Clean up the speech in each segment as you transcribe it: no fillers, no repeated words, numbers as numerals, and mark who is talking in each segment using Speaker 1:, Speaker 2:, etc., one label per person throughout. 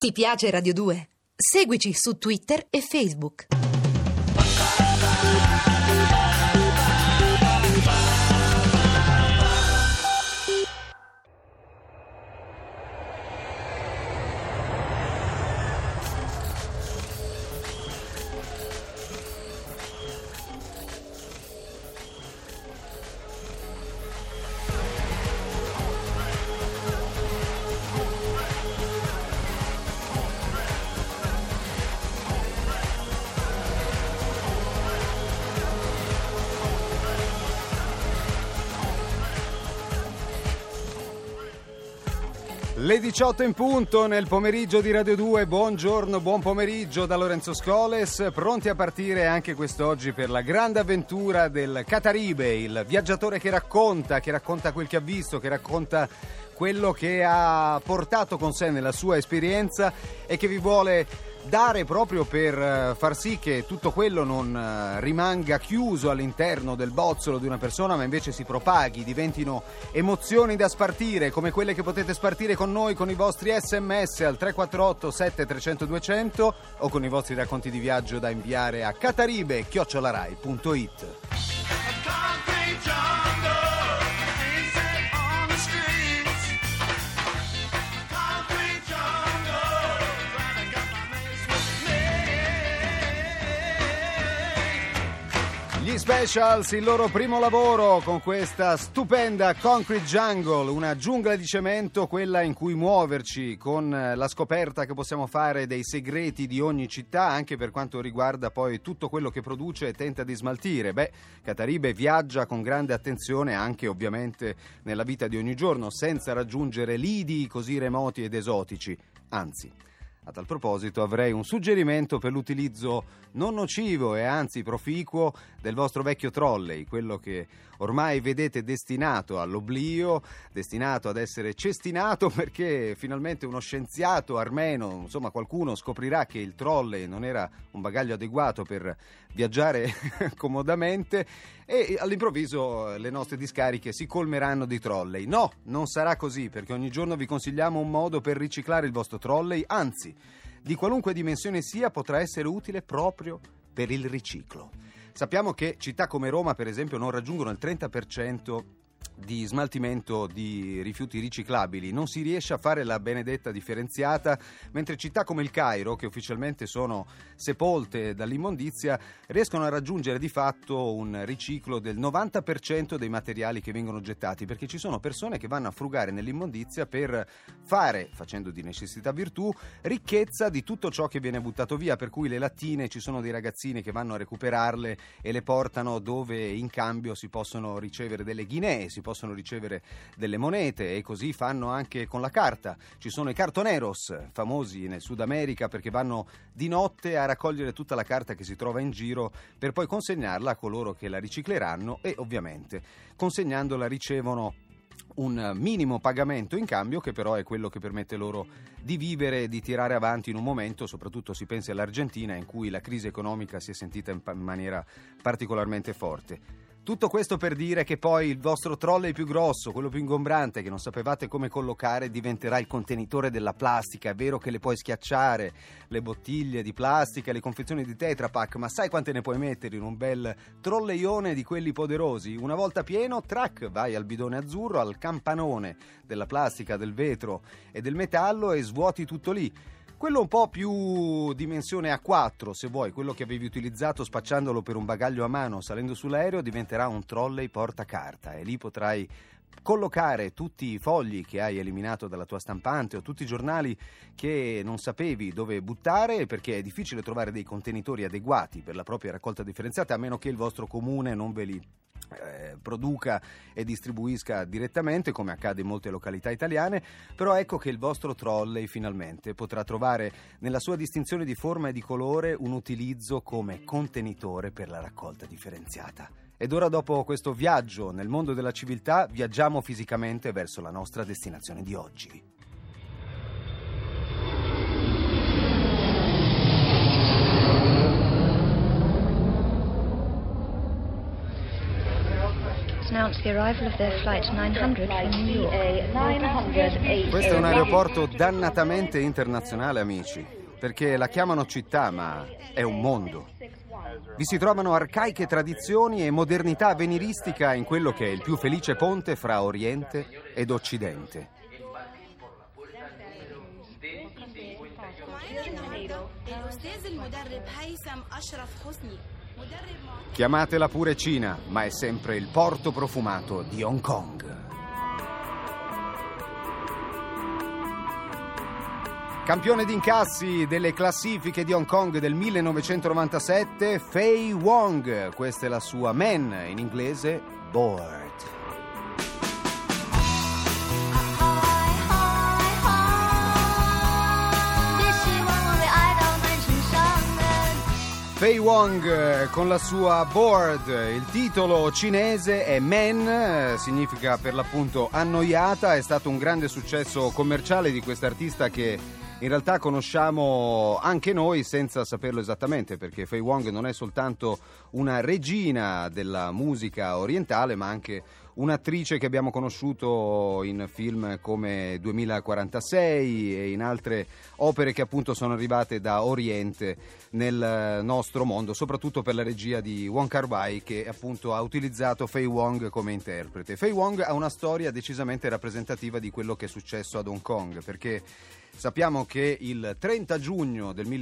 Speaker 1: Ti piace Radio 2? Seguici su Twitter e Facebook.
Speaker 2: Le 18 in punto nel pomeriggio di Radio 2, buongiorno, buon pomeriggio da Lorenzo Scoles, pronti a partire anche quest'oggi per la grande avventura del Cataribe, il viaggiatore che racconta quel che ha visto, che racconta quello che ha portato con sé nella sua esperienza e che vi vuole dare proprio per far sì che tutto quello non rimanga chiuso all'interno del bozzolo di una persona, ma invece si propaghi, diventino emozioni da spartire, come quelle che potete spartire con noi con i vostri SMS al 348 7300 200 o con i vostri racconti di viaggio da inviare a cataribe@rai.it. Gli Specials, il loro primo lavoro con questa stupenda Concrete Jungle, una giungla di cemento, quella in cui muoverci con la scoperta che possiamo fare dei segreti di ogni città, anche per quanto riguarda poi tutto quello che produce e tenta di smaltire. Cataribe viaggia con grande attenzione anche ovviamente nella vita di ogni giorno, senza raggiungere lidi così remoti ed esotici, anzi. A tal proposito avrei un suggerimento per l'utilizzo non nocivo e anzi proficuo del vostro vecchio trolley, quello che ormai vedete destinato all'oblio, destinato ad essere cestinato perché finalmente uno scienziato armeno, insomma qualcuno scoprirà che il trolley non era un bagaglio adeguato per viaggiare comodamente e all'improvviso le nostre discariche si colmeranno di trolley. No, non sarà così, perché ogni giorno vi consigliamo un modo per riciclare il vostro trolley, anzi, di qualunque dimensione sia, potrà essere utile proprio per il riciclo. Sappiamo che città come Roma, per esempio, non raggiungono il 30% di smaltimento di rifiuti riciclabili, non si riesce a fare la benedetta differenziata, mentre città come il Cairo, che ufficialmente sono sepolte dall'immondizia, riescono a raggiungere di fatto un riciclo del 90% dei materiali che vengono gettati, perché ci sono persone che vanno a frugare nell'immondizia per fare, facendo di necessità virtù, ricchezza di tutto ciò che viene buttato via, per cui le lattine, ci sono dei ragazzini che vanno a recuperarle e le portano dove in cambio si possono ricevere delle ghinee, si possono ricevere delle monete, e così fanno anche con la carta. Ci sono i cartoneros, famosi nel Sud America perché vanno di notte a raccogliere tutta la carta che si trova in giro per poi consegnarla a coloro che la ricicleranno e ovviamente consegnandola ricevono un minimo pagamento in cambio, che però è quello che permette loro di vivere e di tirare avanti in un momento, soprattutto si pensi all'Argentina, in cui la crisi economica si è sentita in maniera particolarmente forte. Tutto questo per dire che poi il vostro trolley più grosso, quello più ingombrante, che non sapevate come collocare, diventerà il contenitore della plastica. È vero che le puoi schiacciare, le bottiglie di plastica, le confezioni di Tetra Pak, ma sai quante ne puoi mettere in un bel trolleyone di quelli poderosi? Una volta pieno, track, vai al bidone azzurro, al campanone della plastica, del vetro e del metallo e svuoti tutto lì. Quello un po' più dimensione A4, se vuoi, quello che avevi utilizzato spacciandolo per un bagaglio a mano salendo sull'aereo, diventerà un trolley portacarta e lì potrai collocare tutti i fogli che hai eliminato dalla tua stampante o tutti i giornali che non sapevi dove buttare, perché è difficile trovare dei contenitori adeguati per la propria raccolta differenziata, a meno che il vostro comune non ve li produca e distribuisca direttamente, come accade in molte località italiane. Però ecco che il vostro trolley finalmente potrà trovare nella sua distinzione di forma e di colore un utilizzo come contenitore per la raccolta differenziata. Ed ora, dopo questo viaggio nel mondo della civiltà, viaggiamo fisicamente verso la nostra destinazione di oggi.
Speaker 3: Now announced the arrival of their flight 900 from New York.
Speaker 2: Questo è un aeroporto dannatamente internazionale, amici, perché la chiamano città, ma è un mondo. Vi si trovano arcaiche tradizioni e modernità avveniristica in quello che è il più felice ponte fra Oriente ed Occidente. Chiamatela pure Cina, ma è sempre il porto profumato di Hong Kong. Campione di incassi delle classifiche di Hong Kong del 1997, Faye Wong. Questa è la sua Man, in inglese Bored. Faye Wong con la sua Bored. Il titolo cinese è Man, significa per l'appunto annoiata. È stato un grande successo commerciale di quest'artista che in realtà conosciamo anche noi senza saperlo esattamente, perché Faye Wong non è soltanto una regina della musica orientale, ma anche un'attrice che abbiamo conosciuto in film come 2046 e in altre opere che appunto sono arrivate da Oriente nel nostro mondo, soprattutto per la regia di Wong Kar-wai, che appunto ha utilizzato Faye Wong come interprete. Faye Wong ha una storia decisamente rappresentativa di quello che è successo ad Hong Kong, perché sappiamo che il 30 giugno del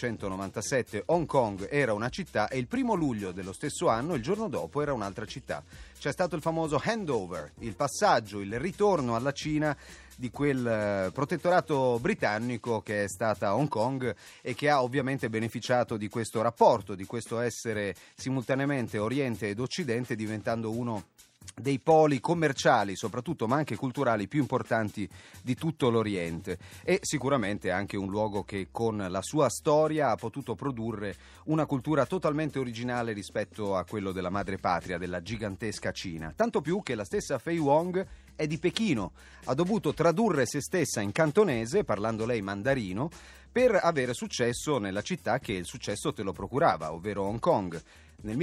Speaker 2: 1997 Hong Kong era una città e il 1 luglio dello stesso anno, il giorno dopo, era un'altra città. C'è stato il famoso handover, il passaggio, il ritorno alla Cina di quel protettorato britannico che è stata Hong Kong e che ha ovviamente beneficiato di questo rapporto, di questo essere simultaneamente Oriente ed Occidente, diventando uno dei poli commerciali soprattutto, ma anche culturali più importanti di tutto l'Oriente, e sicuramente anche un luogo che con la sua storia ha potuto produrre una cultura totalmente originale rispetto a quello della madrepatria, della gigantesca Cina. Tanto più che la stessa Faye Wong è di Pechino, ha dovuto tradurre se stessa in cantonese, parlando lei mandarino, per avere successo nella città che il successo te lo procurava, ovvero Hong Kong. Nel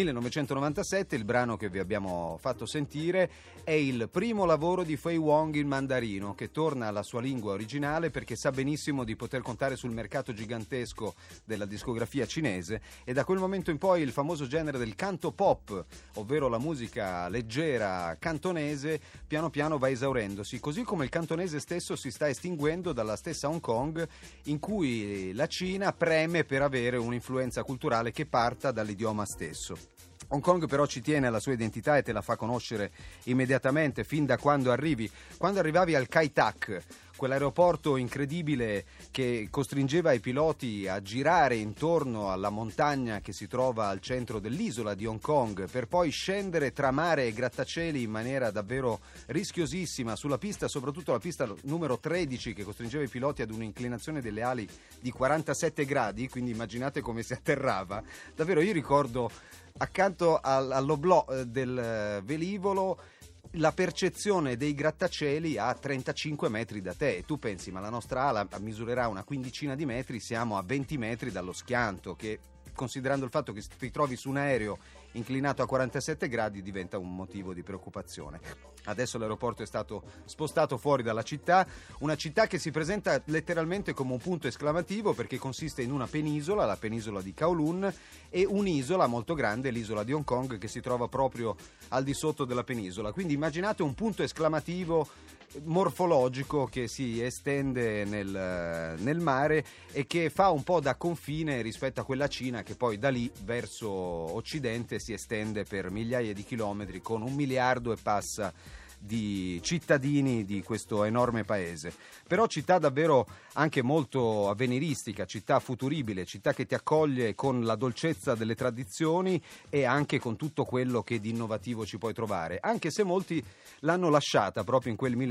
Speaker 2: 1997 il brano che vi abbiamo fatto sentire è il primo lavoro di Faye Wong in mandarino, che torna alla sua lingua originale perché sa benissimo di poter contare sul mercato gigantesco della discografia cinese, e da quel momento in poi il famoso genere del canto pop, ovvero la musica leggera cantonese, piano piano va esaurendosi, così come il cantonese stesso si sta estinguendo dalla stessa Hong Kong, in cui la Cina preme per avere un'influenza culturale che parta dall'idioma stesso. Hong Kong però ci tiene alla sua identità e te la fa conoscere immediatamente, fin da quando arrivi. Quando arrivavi al Kai Tak, quell'aeroporto incredibile che costringeva i piloti a girare intorno alla montagna che si trova al centro dell'isola di Hong Kong, per poi scendere tra mare e grattacieli in maniera davvero rischiosissima sulla pista, soprattutto la pista numero 13, che costringeva i piloti ad un'inclinazione delle ali di 47 gradi, quindi immaginate come si atterrava. Davvero, io ricordo accanto all'oblò del velivolo la percezione dei grattacieli a 35 metri da te, e tu pensi, ma la nostra ala misurerà una quindicina di metri, siamo a 20 metri dallo schianto, che considerando il fatto che ti trovi su un aereo inclinato a 47 gradi diventa un motivo di preoccupazione. Adesso l'aeroporto è stato spostato fuori dalla città, una città che si presenta letteralmente come un punto esclamativo perché consiste in una penisola, la penisola di Kowloon, e un'isola molto grande, l'isola di Hong Kong, che si trova proprio al di sotto della penisola. Quindi immaginate un punto esclamativo morfologico che si estende nel mare e che fa un po' da confine rispetto a quella Cina, che poi da lì verso occidente si estende per migliaia di chilometri, con 1 miliardo e passa di cittadini di questo enorme paese. Però città davvero anche molto avveniristica, città futuribile, città che ti accoglie con la dolcezza delle tradizioni e anche con tutto quello che di innovativo ci puoi trovare, anche se molti l'hanno lasciata proprio in quel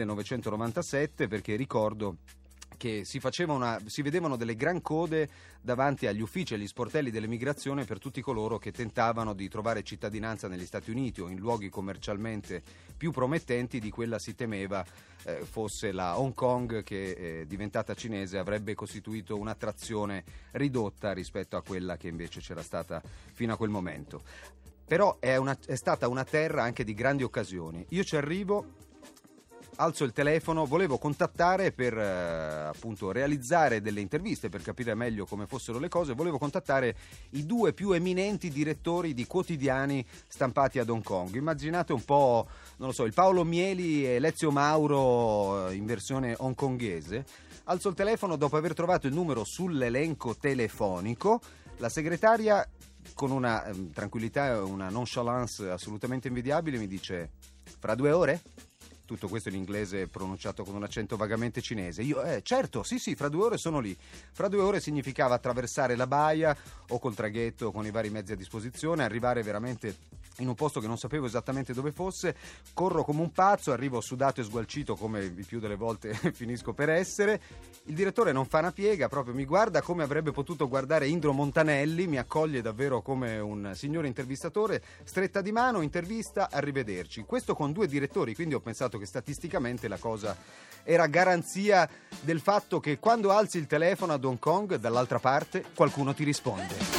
Speaker 2: 1997, perché ricordo che si vedevano delle gran code davanti agli uffici e agli sportelli dell'emigrazione per tutti coloro che tentavano di trovare cittadinanza negli Stati Uniti o in luoghi commercialmente più promettenti di quella si temeva fosse la Hong Kong, che diventata cinese avrebbe costituito un'attrazione ridotta rispetto a quella che invece c'era stata fino a quel momento. però è stata una terra anche di grandi occasioni. Io ci arrivo, alzo il telefono, volevo contattare per appunto realizzare delle interviste, per capire meglio come fossero le cose. Volevo contattare i 2 più eminenti direttori di quotidiani stampati ad Hong Kong. Immaginate un po', non lo so, il Paolo Mieli e Ezio Mauro in versione hongkonghese. Alzo il telefono dopo aver trovato il numero sull'elenco telefonico. La segretaria, con una tranquillità e una nonchalance assolutamente invidiabile, mi dice: fra 2 ore? Tutto questo in inglese pronunciato con un accento vagamente cinese. Io, certo, sì, fra 2 ore sono lì. Fra 2 ore significava attraversare la baia o col traghetto con i vari mezzi a disposizione, arrivare veramente in un posto che non sapevo esattamente dove fosse. Corro come un pazzo, arrivo sudato e sgualcito come il più delle volte finisco per essere. Il direttore non fa una piega, proprio mi guarda come avrebbe potuto guardare Indro Montanelli, mi accoglie davvero come un signore intervistatore, stretta di mano, intervista, arrivederci. Questo con 2 direttori, quindi ho pensato che statisticamente la cosa era garanzia del fatto che quando alzi il telefono ad Hong Kong, dall'altra parte qualcuno ti risponde.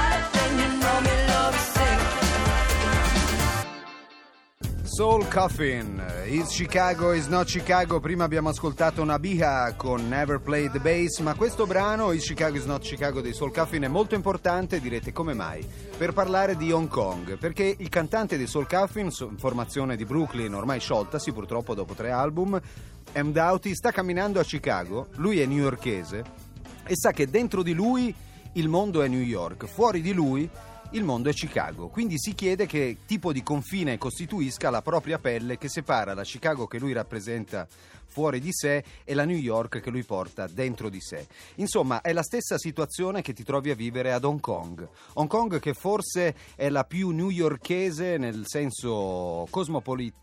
Speaker 2: Soul Coffin, Is Chicago, Is Not Chicago. Prima abbiamo ascoltato Nabiha con Never Play the Bass, ma questo brano, Is Chicago, Is Not Chicago dei Soul Coffin, è molto importante, direte come mai? Per parlare di Hong Kong, perché il cantante dei Soul Coffin, formazione di Brooklyn ormai scioltasi purtroppo dopo 3 album, M. Doughty, sta camminando a Chicago, lui è newyorkese e sa che dentro di lui il mondo è New York, fuori di lui il mondo è Chicago, quindi si chiede che tipo di confine costituisca la propria pelle che separa la Chicago che lui rappresenta fuori di sé e la New York che lui porta dentro di sé. Insomma, è la stessa situazione che ti trovi a vivere ad Hong Kong. Hong Kong, che forse è la più newyorkese nel senso cosmopolita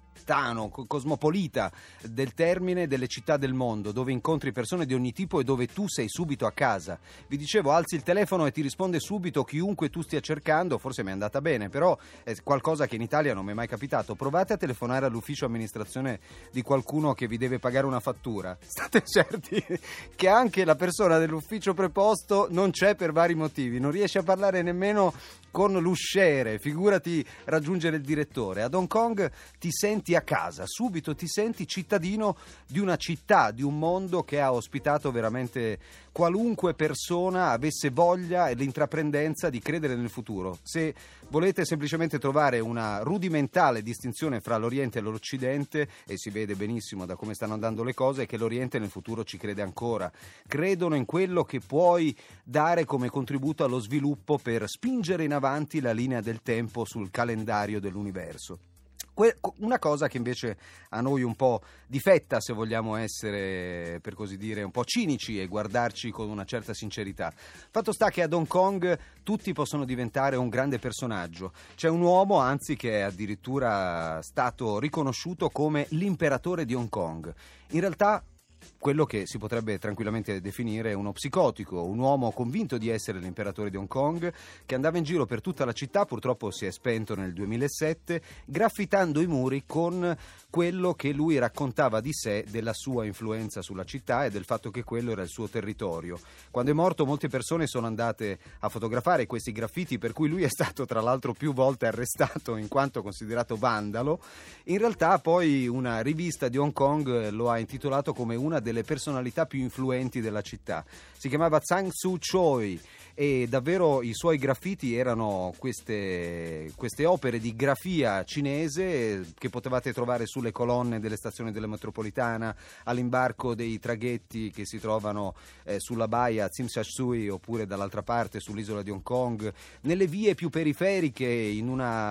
Speaker 2: del termine, delle città del mondo, dove incontri persone di ogni tipo e dove tu sei subito a casa. Vi dicevo, alzi il telefono e ti risponde subito chiunque tu stia cercando. Forse mi è andata bene, però è qualcosa che in Italia non mi è mai capitato. Provate a telefonare all'ufficio amministrazione di qualcuno che vi deve pagare una fattura, state certi che anche la persona dell'ufficio preposto non c'è per vari motivi, non riesce a parlare nemmeno con l'usciere, figurati raggiungere il direttore. Ad Hong Kong ti senti a casa, subito ti senti cittadino di una città, di un mondo che ha ospitato veramente qualunque persona avesse voglia e l'intraprendenza di credere nel futuro. Se volete semplicemente trovare una rudimentale distinzione fra l'Oriente e l'Occidente, e si vede benissimo da come stanno andando le cose, è che l'Oriente nel futuro ci crede ancora. Credono in quello che puoi dare come contributo allo sviluppo per spingere in avanti la linea del tempo sul calendario dell'universo. Una cosa che invece a noi un po' difetta, se vogliamo essere, per così dire, un po' cinici e guardarci con una certa sincerità. Fatto sta che ad Hong Kong tutti possono diventare un grande personaggio. C'è un uomo, anzi, che è addirittura stato riconosciuto come l'imperatore di Hong Kong. In realtà quello che si potrebbe tranquillamente definire uno psicotico, un uomo convinto di essere l'imperatore di Hong Kong, che andava in giro per tutta la città, purtroppo si è spento nel 2007, graffitando i muri con quello che lui raccontava di sé, della sua influenza sulla città e del fatto che quello era il suo territorio. Quando è morto molte persone sono andate a fotografare questi graffiti, per cui lui è stato tra l'altro più volte arrestato in quanto considerato vandalo. In realtà poi una rivista di Hong Kong lo ha intitolato come una delle personalità più influenti della città. Si chiamava Zhang Tzu Choi e davvero i suoi graffiti erano queste opere di grafia cinese che potevate trovare sulle colonne delle stazioni della metropolitana, all'imbarco dei traghetti che si trovano sulla baia Tsim Sha Tsui oppure dall'altra parte sull'isola di Hong Kong, nelle vie più periferiche, in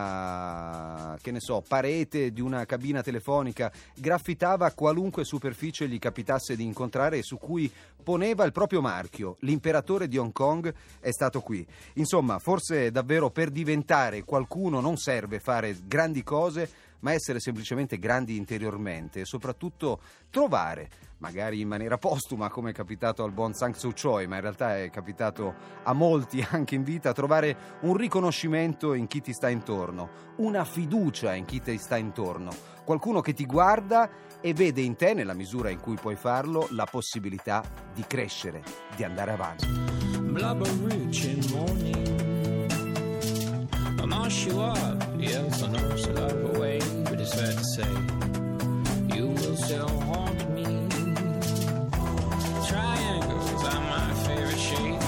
Speaker 2: una, che ne so, parete di una cabina telefonica, graffitava qualunque superficie gli capitasse di incontrare e su cui poneva il proprio marchio. L'imperatore di Hong Kong è stato qui. Insomma, forse davvero per diventare qualcuno non serve fare grandi cose, ma essere semplicemente grandi interiormente e soprattutto trovare, magari in maniera postuma come è capitato al buon Zhang Tzu Choi, ma in realtà è capitato a molti anche in vita, trovare un riconoscimento in chi ti sta intorno, una fiducia in chi ti sta intorno, qualcuno che ti guarda e vede in te, nella misura in cui puoi farlo, la possibilità di crescere, di andare avanti.
Speaker 4: Blubber rich in morning, I'll mash you up, yes, I know it's a lot of a way, but it's fair to say you will still haunt me. Triangles are my favorite shape.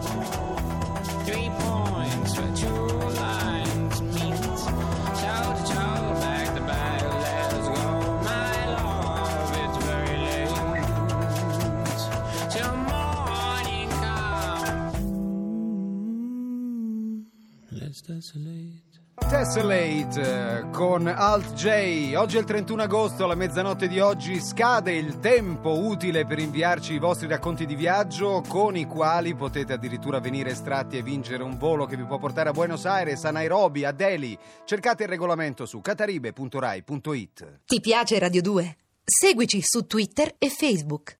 Speaker 4: 3 points where 2 lines meet. Toe to toe, back to back, let's go. My love, it's very late. Till morning comes. Let's desolate.
Speaker 2: Tessellate con Alt J. Oggi è il 31 agosto, alla mezzanotte di oggi scade il tempo utile per inviarci i vostri racconti di viaggio, con i quali potete addirittura venire estratti e vincere un volo che vi può portare a Buenos Aires, a Nairobi, a Delhi. Cercate il regolamento su cataribe.rai.it.
Speaker 1: Ti piace Radio 2? Seguici su Twitter e Facebook.